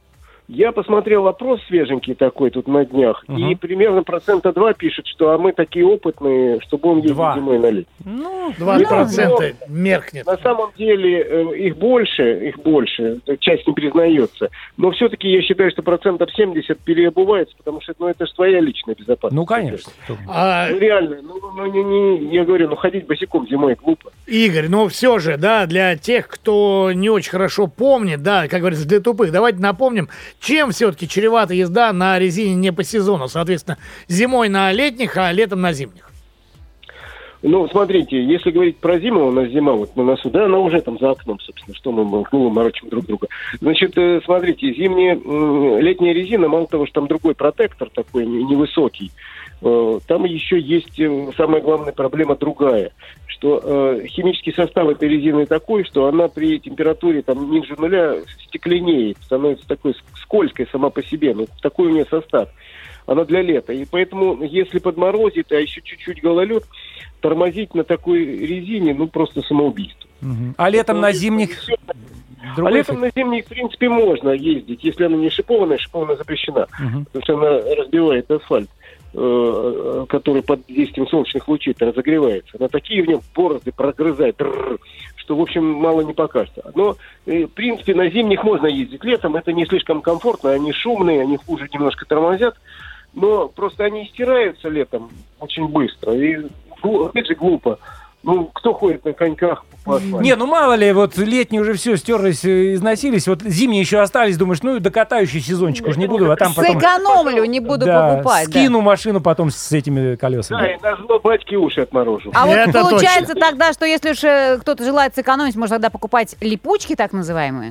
Я посмотрел опрос свеженький такой тут на днях, и примерно 2% пишет, что мы такие опытные, что будем ездить зимой на летний. Ну, 2% меркнет. На самом деле их больше, часть не признается. Но все-таки я считаю, что 70% переобувается, потому что это же твоя личная безопасность. Ну, конечно. Реально, я говорю, ходить босиком зимой глупо. Игорь, ну все же, да, для тех, кто не очень хорошо помнит, да, как говорится, для тупых, давайте напомним, чем все-таки чревата езда на резине не по сезону? Соответственно, зимой на летних, а летом на зимних. Ну, смотрите, если говорить про зиму, у нас зима вот на носу, да, она уже там за окном, собственно, что мы морочим друг друга. Значит, смотрите, летняя резина, мало того, что там другой протектор такой невысокий, там еще есть самая главная проблема другая, что химический состав этой резины такой, что она при температуре там ниже нуля стекленеет, становится такой скользкой сама по себе, но такой у нее состав. Она для лета. И поэтому, если подморозит, а еще чуть-чуть гололед, тормозить на такой резине, просто самоубийство. А летом на зимних? Летом на зимних, в принципе, можно ездить, если она не шипованная, шипованная запрещена, потому что она разбивает асфальт, который под действием солнечных лучей разогревается. Она такие в нем борозды прогрызает, что, в общем, мало не покажется. Но, в принципе, на зимних можно ездить. Летом это не слишком комфортно, они шумные, они хуже немножко тормозят, но просто они стираются летом очень быстро. И, опять же, глупо. Кто ходит на коньках по асфальту? Не, мало ли, вот летние уже все стерлись, износились, вот зимние еще остались, думаешь, докатающий сезончик уже не буду, а там потом... Сэкономлю, не буду покупать. Скину машину потом с этими колесами. Да, и назло батьке уши отморожу. А вот получается тогда, что если уж кто-то желает сэкономить, можно тогда покупать липучки так называемые?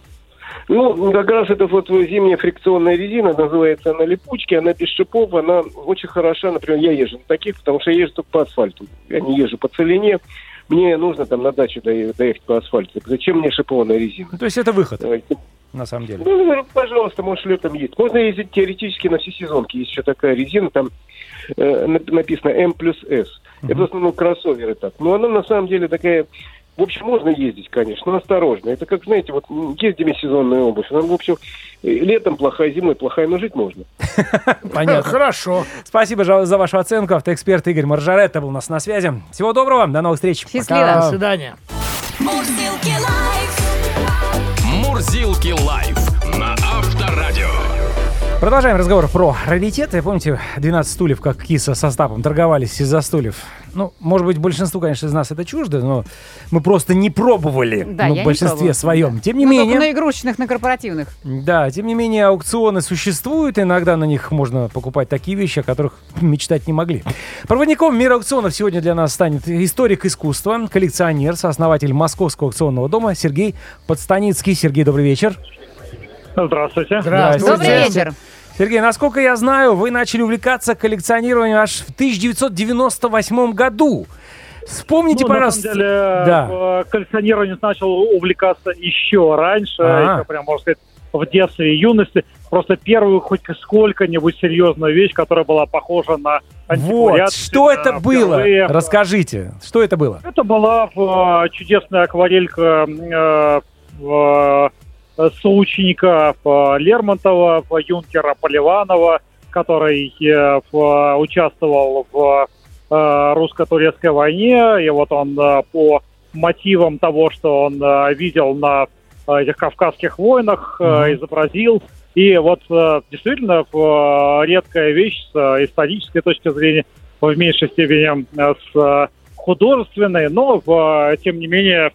Как раз это вот зимняя фрикционная резина, называется она липучки, она без шипов, она очень хороша, например, я езжу на таких, потому что я езжу только по асфальту, я не езжу по целине, мне нужно там на дачу доехать по асфальту, зачем мне шипованная резина? То есть это выход, на самом деле? Пожалуйста, можешь летом ездить. Можно ездить теоретически на всесезонке, есть еще такая резина, там написано М плюс С, это в основном кроссоверы так, но она на самом деле такая... В общем, можно ездить, конечно, но осторожно. Это как, знаете, вот есть демисезонная обувь. Она, в общем, летом плохая, зимой плохая, но жить можно. Понятно. Хорошо. Спасибо за вашу оценку. Автоэксперт Игорь Маржаретто был у нас на связи. Всего доброго, до новых встреч. Счастливо. До свидания. Мурзилки лайф на Авторадио. Продолжаем разговор про раритеты. Помните, 12 стульев, как Киса со Стапом торговались из-за стульев? Может быть, большинству, конечно, из нас это чуждо, но мы просто не пробовали. В большинстве своем. Тем не менее... Только на игрушечных, на корпоративных. Да, тем не менее, аукционы существуют. Иногда на них можно покупать такие вещи, о которых мечтать не могли. Проводником мира аукционов сегодня для нас станет историк искусства, коллекционер, сооснователь Московского аукционного дома Сергей Подстаницкий. Сергей, добрый вечер. Здравствуйте. Добрый вечер. Сергей, насколько я знаю, вы начали увлекаться коллекционированием аж в 1998 году. Вспомните, пожалуйста. На самом деле, коллекционированием начал увлекаться еще раньше, еще прям, можно сказать, в детстве и юности. Просто первую хоть сколько-нибудь серьезную вещь, которая была похожа на антиквариат. Вот, что это было? Впервые. Расскажите, что это было? Это была чудесная акварелька соученика Лермонтова, юнкера Поливанова, который участвовал в русско-турецкой войне. И вот он по мотивам того, что он видел на этих Кавказских войнах, изобразил. И вот действительно редкая вещь с исторической точки зрения, в меньшей степени с художественной, но тем не менее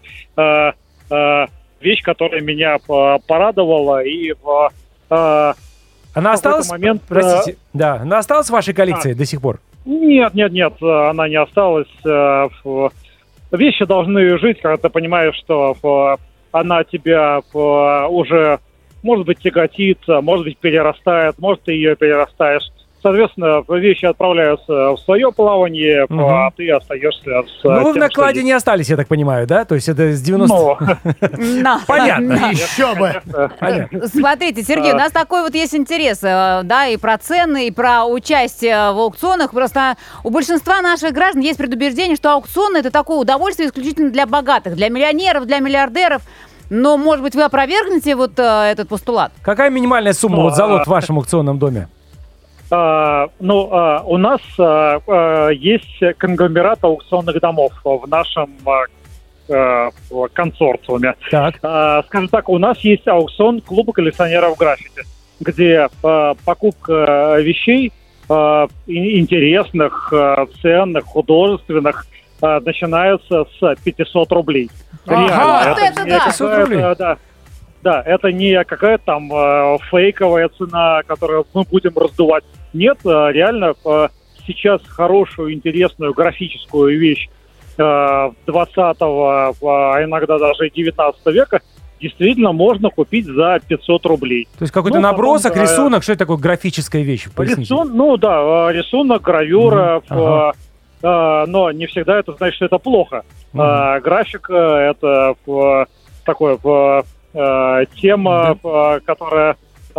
вещь, которая меня порадовала. И она осталась? Момент, простите, да, она осталась в вашей коллекции до сих пор? Нет, она не осталась. Вещи должны жить, когда ты понимаешь, что она тебя уже, может быть, тяготит, может быть, перерастает, может, ты ее перерастаешь. Соответственно, вещи отправляются в свое плавание, а ты остаешься с Ну, вы в тем, накладе не остались, я так понимаю, да? То есть это с 90... Понятно. Еще бы. Смотрите, Сергей, у нас такой вот есть интерес, да, и про цены, и про участие в аукционах. Просто у большинства наших граждан есть предубеждение, что аукционы – это такое удовольствие исключительно для богатых, для миллионеров, для миллиардеров. Но, может быть, вы опровергнете вот этот постулат? Какая минимальная сумма вот за лот в вашем аукционном доме? у нас есть конгломерат аукционных домов в нашем консорциуме. Так. Скажем так, у нас есть аукцион клуба коллекционеров граффити, где покупка вещей интересных, ценных, художественных начинается с 500 рублей. Ага, это 500 рублей. Да, это не какая-то там фейковая цена, которую мы будем раздувать. Нет, реально сейчас хорошую, интересную графическую вещь 20-го, а иногда даже и 19 века действительно можно купить за 500 рублей. То есть какой-то набросок, рисунок, что это такое графическая вещь? Рисунок, гравюра, но не всегда это значит, что это плохо. Графика — это такое тема, которая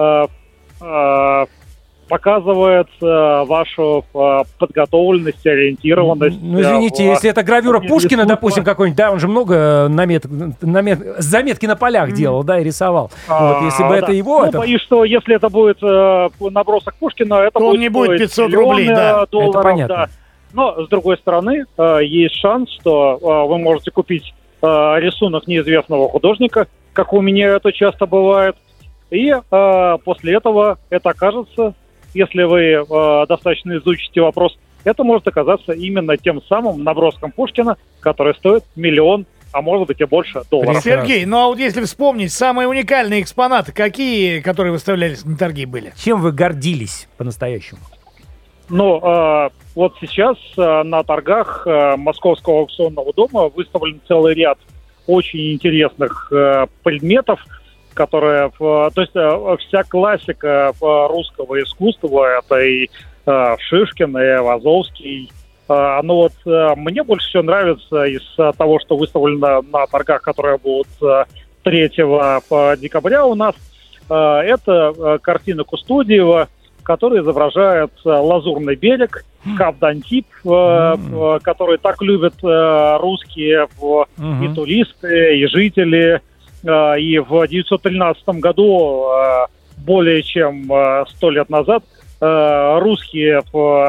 показывает вашу подготовленность, ориентированность. Ну, извините, если это гравюра Пушкина, допустим, какой-нибудь, да, он же много заметки на полях делал, да, и рисовал. Вот, если бы это его... Ну, боюсь, что если это будет набросок Пушкина, это то будет не будет 500 рублей, да. Долларов, это понятно. Да. Но, с другой стороны, есть шанс, что вы можете купить рисунок неизвестного художника, как у меня это часто бывает, и после этого это окажется, если вы достаточно изучите вопрос, это может оказаться именно тем самым наброском Пушкина, который стоит $1 000 000, а может быть и больше долларов. Сергей, ну а вот если вспомнить, самые уникальные экспонаты, какие, которые выставлялись на торги, были? Чем вы гордились по-настоящему? Ну, вот сейчас на торгах Московского аукционного дома выставлен целый ряд очень интересных предметов, которые, то есть вся классика русского искусства, это и Шишкин, и Айвазовский. Но вот мне больше всего нравится из того, что выставлено на торгах, которые будут 3 декабря у нас, это картина Кустодиева, который изображает Лазурный берег, Кап-д-Антиб, который так любят русские и туристы, и жители. И в 1913 году, более чем 100 лет назад, русские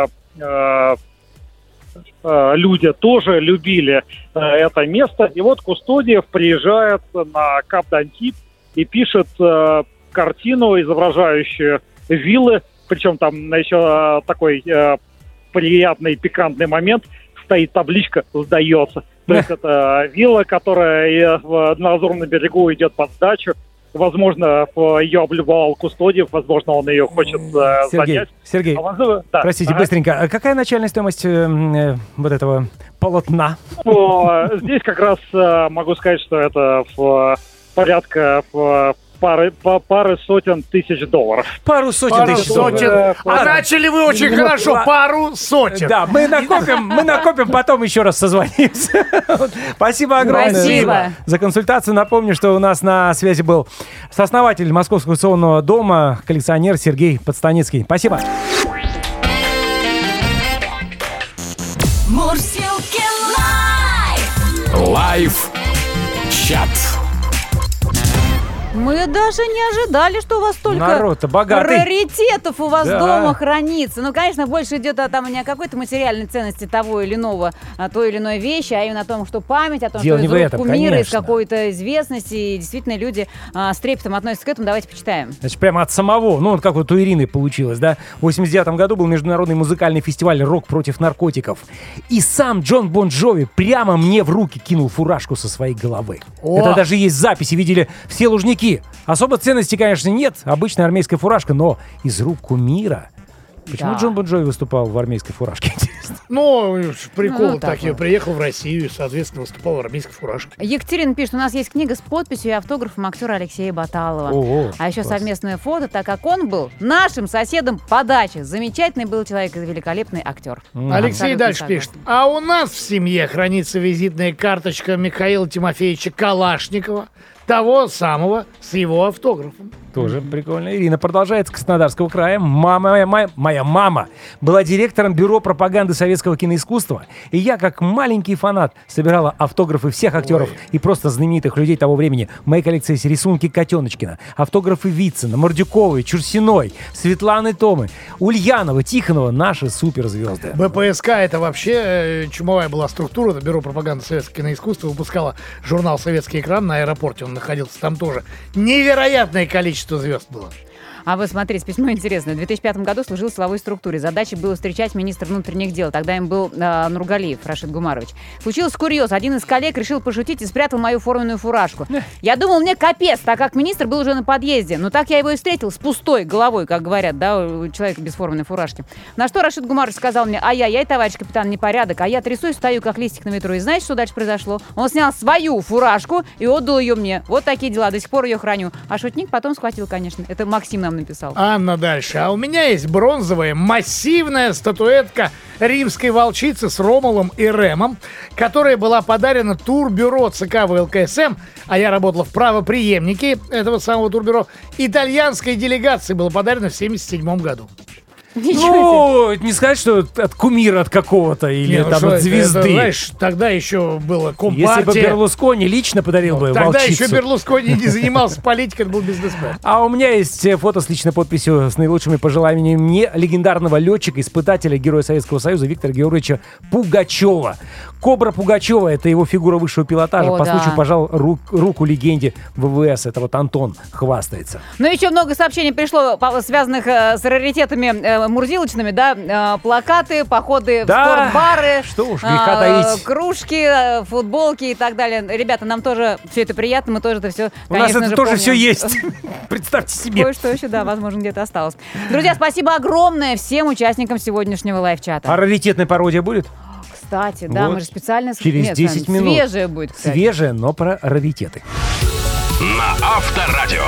люди тоже любили это место. И вот Кустодиев приезжает на Кап-д-Антиб и пишет картину, изображающую виллы. Причем там еще такой приятный, пикантный момент. Стоит табличка «Сдается». То есть это вилла, которая на Лазурном берегу идет под сдачу. Возможно, ее облюбовал Кустодиев, возможно, он ее хочет занять. Сергей, простите, быстренько. А какая начальная стоимость вот этого полотна? Здесь как раз могу сказать, что это порядка пары сотен тысяч долларов. Пару сотен тысяч долларов. А начали вы очень хорошо. Пару сотен. Да, мы накопим, потом еще раз созвонимся. Спасибо огромное. Спасибо. За консультацию. Напомню, что у нас на связи был сооснователь Московского аукционного дома, коллекционер Сергей Подстаницкий. Спасибо. Мурзилки лайф. Лайф-чат. Мы даже не ожидали, что у вас столько Народ-то богатый. раритетов у вас Да. дома хранится. Ну, конечно, больше идет не о какой-то материальной ценности того или иного, той или иной вещи, а именно о том, что память, о том, Дело что не из в рук этом, кумира, из конечно. какой-то известности. И действительно люди с трепетом относятся к этому. Давайте почитаем. Значит, прямо от самого, вот как вот у Ирины получилось, да? В 89 году был международный музыкальный фестиваль «Рок против наркотиков». И сам Джон Бон Джови прямо мне в руки кинул фуражку со своей головы. О! Это даже есть записи, видели все лужники. Особо ценности, конечно, нет. Обычная армейская фуражка, но из рук кумира. Почему Да. Джон Бон Джови выступал в армейской фуражке? Интересно. Ну, приколы Ну, так такие. вот. Приехал в Россию и, соответственно, выступал в армейской фуражке. Екатерина пишет, у нас есть книга с подписью и автографом актера Алексея Баталова. О, А еще класс. совместное фото, так как он был нашим соседом по даче. Замечательный был человек и великолепный актер. Алексей Абсолютно дальше согласна. пишет. А у нас в семье хранится визитная карточка Михаила Тимофеевича Калашникова, того самого с его автографом. Тоже прикольно. Ирина продолжает с Краснодарского края. Моя мама была директором бюро пропаганды советского киноискусства. И я, как маленький фанат, собирала автографы всех актеров и просто знаменитых людей того времени. В моей коллекции есть рисунки Котеночкина, автографы Вицина, Мордюковой, Чурсиной, Светланы Томы, Ульянова, Тихонова. Наши суперзвезды. БПСК — это вообще чумовая была структура. Это бюро пропаганды советского киноискусства выпускала журнал «Советский экран» на аэропорте. Он находился там тоже. Невероятное количество звезд было. А вы смотрите, письмо интересное. В 2005 году служил в силовой структуре. Задачей было встречать министра внутренних дел. Тогда им был Нургалиев Рашид Гумарович. Случился курьез. Один из коллег решил пошутить и спрятал мою форменную фуражку. Я думал, мне капец, так как министр был уже на подъезде. Но так я его и встретил с пустой головой, как говорят, да, у человека без форменной фуражки. На что Рашид Гумарович сказал мне: ай-яй-яй, товарищ капитан, непорядок. А я трясусь, стою как листик на ветру. И знаете, что дальше произошло? Он снял свою фуражку и отдал ее мне. Вот такие дела. До сих пор ее храню. А шутник потом схватил, конечно. Это Максим нам написал. Анна дальше. А у меня есть бронзовая массивная статуэтка римской волчицы с Ромулом и Ремом, которая была подарена турбюро ЦК ВЛКСМ, а я работала в правопреемнике этого самого турбюро, итальянской делегации, было подарено в 1977 году. Ну, не сказать, что от кумира от какого-то или Не, ну там что от это, звезды. это, знаешь, тогда еще было Если бы компартия. Берлускони лично подарил бы Тогда волчицу. еще Берлускони не занимался политикой, это был бизнесмен. А у меня есть фото с личной подписью с наилучшими пожеланиями мне легендарного летчика, испытателя, героя Советского Союза Виктора Георгиевича Пугачева. Кобра Пугачева — это его фигура высшего пилотажа. О, По да. случаю пожал руку легенде ВВС. Это вот Антон хвастается. Ну, еще много сообщений пришло, связанных с раритетами мурзилочными, да, плакаты, походы Да, в спортбары, что уж греха таить. кружки, футболки и так далее. Ребята, нам тоже все это приятно, мы тоже это все, У нас это тоже помним. все есть. Представьте себе. Кое-что еще, да, возможно, где-то осталось. Друзья, спасибо огромное всем участникам сегодняшнего лайв-чата. А раритетная пародия будет? Кстати, да, Вот. мы же специально... Через Нет, 10 минут. Свежее будет, кстати. Свежее, но про раритеты. На Авторадио.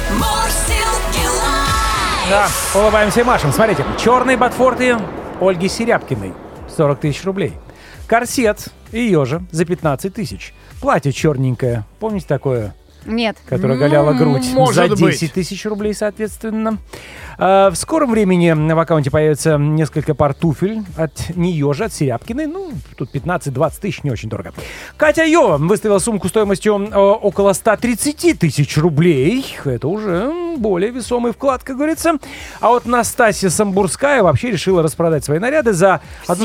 Мурзилки лайф. Да, улыбаемся и машем. Смотрите, черные ботфорты Ольги Серябкиной. 40 тысяч рублей. Корсет ее же за 15 тысяч. Платье черненькое. Помните такое? Нет. Которая оголяла грудь. может За 10 быть. тысяч рублей, соответственно. В скором времени в аккаунте появится несколько пар туфель от нее же, от Серябкиной. Ну, тут 15-20 тысяч, не очень дорого. Катя Йова выставила сумку стоимостью около 130 тысяч рублей. Это уже более весомый вклад, как говорится. А вот Настасья Самбурская вообще решила распродать свои наряды за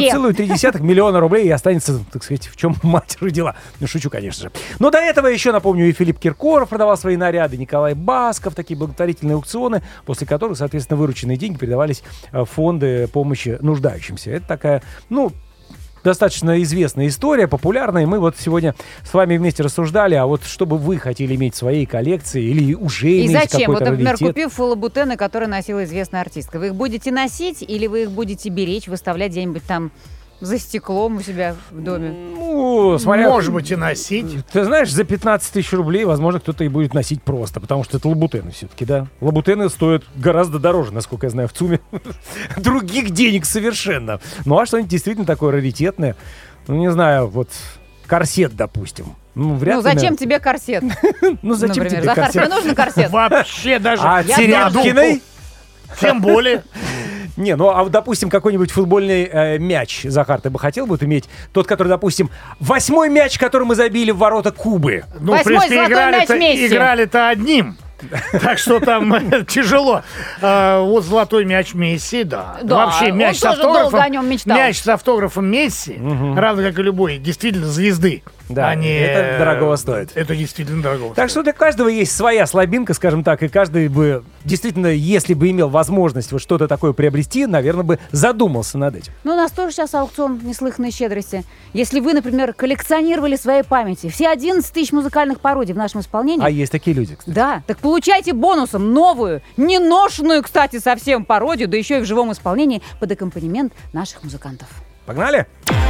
1,3 миллиона рублей и останется, так сказать, в чем мать родила. Ну, шучу, конечно же. Но до этого еще, напомню, и Филипп Киркоров продавал свои наряды, Николай Басков, такие благотворительные аукционы, после которых, соответственно, вырученные деньги передавались в фонды помощи нуждающимся. Это такая, ну, достаточно известная история, популярная. И мы вот сегодня с вами вместе рассуждали, а вот что бы вы хотели иметь в своей коллекции или уже И иметь зачем? Вот, какой-то например, раритет. купив лабутены, которые носила известная артистка. Вы их будете носить или вы их будете беречь, выставлять где-нибудь там за стеклом у себя в доме? Ну, смотря... Может быть, и носить. Ты знаешь, за 15 тысяч рублей, возможно, кто-то и будет носить просто, потому что это лабутены все-таки, да? Лабутены стоят гораздо дороже, насколько я знаю, в ЦУМе. Других денег совершенно. Ну, а что-нибудь действительно такое раритетное? Ну, не знаю, вот корсет, допустим. Ну, вряд ли, зачем наверное. тебе корсет? Ну, зачем Например, тебе Захар, корсет? тебе нужен корсет? Вообще даже. А Терябкиной? Тем более. Не, ну, а вот, допустим, какой-нибудь футбольный мяч, Захар, ты бы хотел бы иметь? Тот, который, допустим, 8-й мяч, который мы забили в ворота Кубы. Ну, в 8-й принципе, золотой мяч Месси. играли-то одним. Так что там тяжело. Вот золотой мяч Месси, да. Да, Вообще мяч он с тоже долго о автографом. нем мечтал. Мяч с автографом Месси, равно как и любой, действительно звезды. Да, это дорогого стоит. Это действительно дорого. Так что для каждого есть своя слабинка, скажем так, и каждый бы, действительно, если бы имел возможность вот что-то такое приобрести, наверное, бы задумался над этим. Ну, у нас тоже сейчас аукцион неслыханной щедрости. Если вы, например, коллекционировали в своей памяти все 11 тысяч музыкальных пародий в нашем исполнении... А есть такие люди, кстати. Да, так получайте бонусом новую, неношенную, кстати, совсем пародию, да еще и в живом исполнении под аккомпанемент наших музыкантов. Погнали?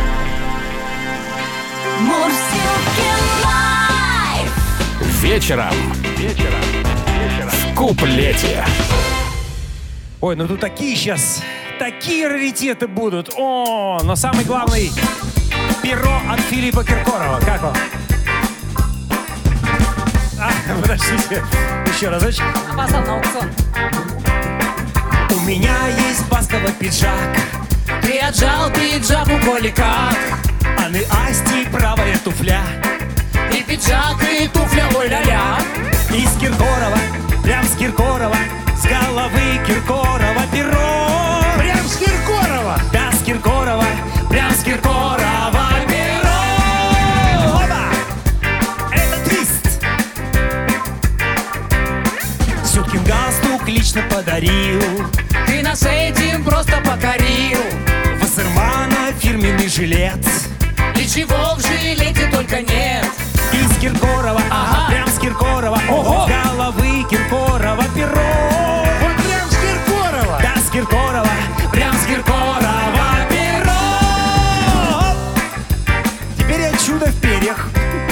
Мурзилки лайф. Вечером. В куплете. Ой, ну тут такие сейчас, такие раритеты будут. О, но самый главный перо от Филиппа Киркорова. Как вам? Подождите, еще разочек. Опоздал на аукцион. У меня есть басковый пиджак. Ты отжал пиджак у Коли как. А на Асти правая туфля. И пиджак, и туфля, ой-ля-ля. Из Киркорова, прям с Киркорова, с головы Киркорова перо. Прям с Киркорова. Да, с Киркорова, прям с Киркорова перо. Опа! Это твист. Сюткин галстук лично подарил. Ты нас этим просто покорил. Вассермана фирменный жилет. И чего в жилете только нет. Из Киркорова, ага, прям с Киркорова. Ого! С головы Киркорова перо. Вот прям с Киркорова. Да, с Киркорова, прям с Киркорова перо. Теперь я чудо в перьях.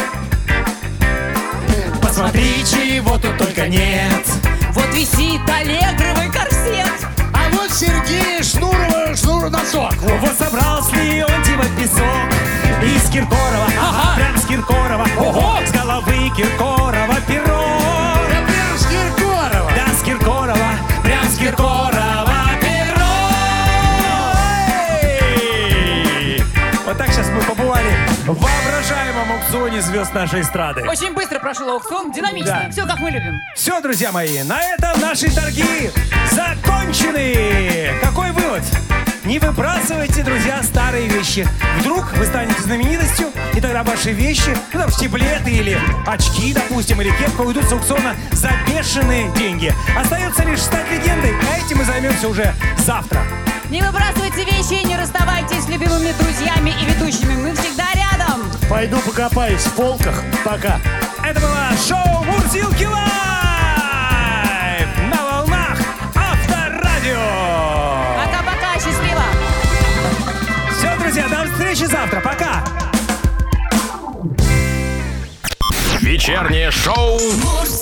Посмотри, чего тут только нет. Вот висит аллегровый корсет. А вот Сергей шнур носок. Вот собрал с Леонтьева песок. Из Киркорова, ага, прям с Киркорова. Ого! С головы Киркорова перо. Да прям с Киркорова. Да, с Киркорова, прям с Киркорова перо. Эй! Вот так сейчас мы побывали в воображаемом аукционе звезд нашей эстрады. Очень быстро прошел аукцион, динамично. Да. Все, как мы любим. Все, друзья мои, на этом наши торги закончены. Какой вывод? Не выбрасывайте, друзья, старые вещи. Вдруг вы станете знаменитостью, и тогда ваши вещи, ну, там, штиблеты или очки, допустим, или кепка уйдут с аукциона за бешеные деньги. Остается лишь стать легендой, а этим мы займемся уже завтра. Не выбрасывайте вещи и не расставайтесь с любимыми друзьями и ведущими. Мы всегда рядом. Пойду покопаюсь в полках. Пока. Это было шоу «Мурзилки Лайв» на волнах Авторадио. Пока-пока, счастливо. Все, друзья, до встречи завтра. Пока. Вечернее шоу Мурзилки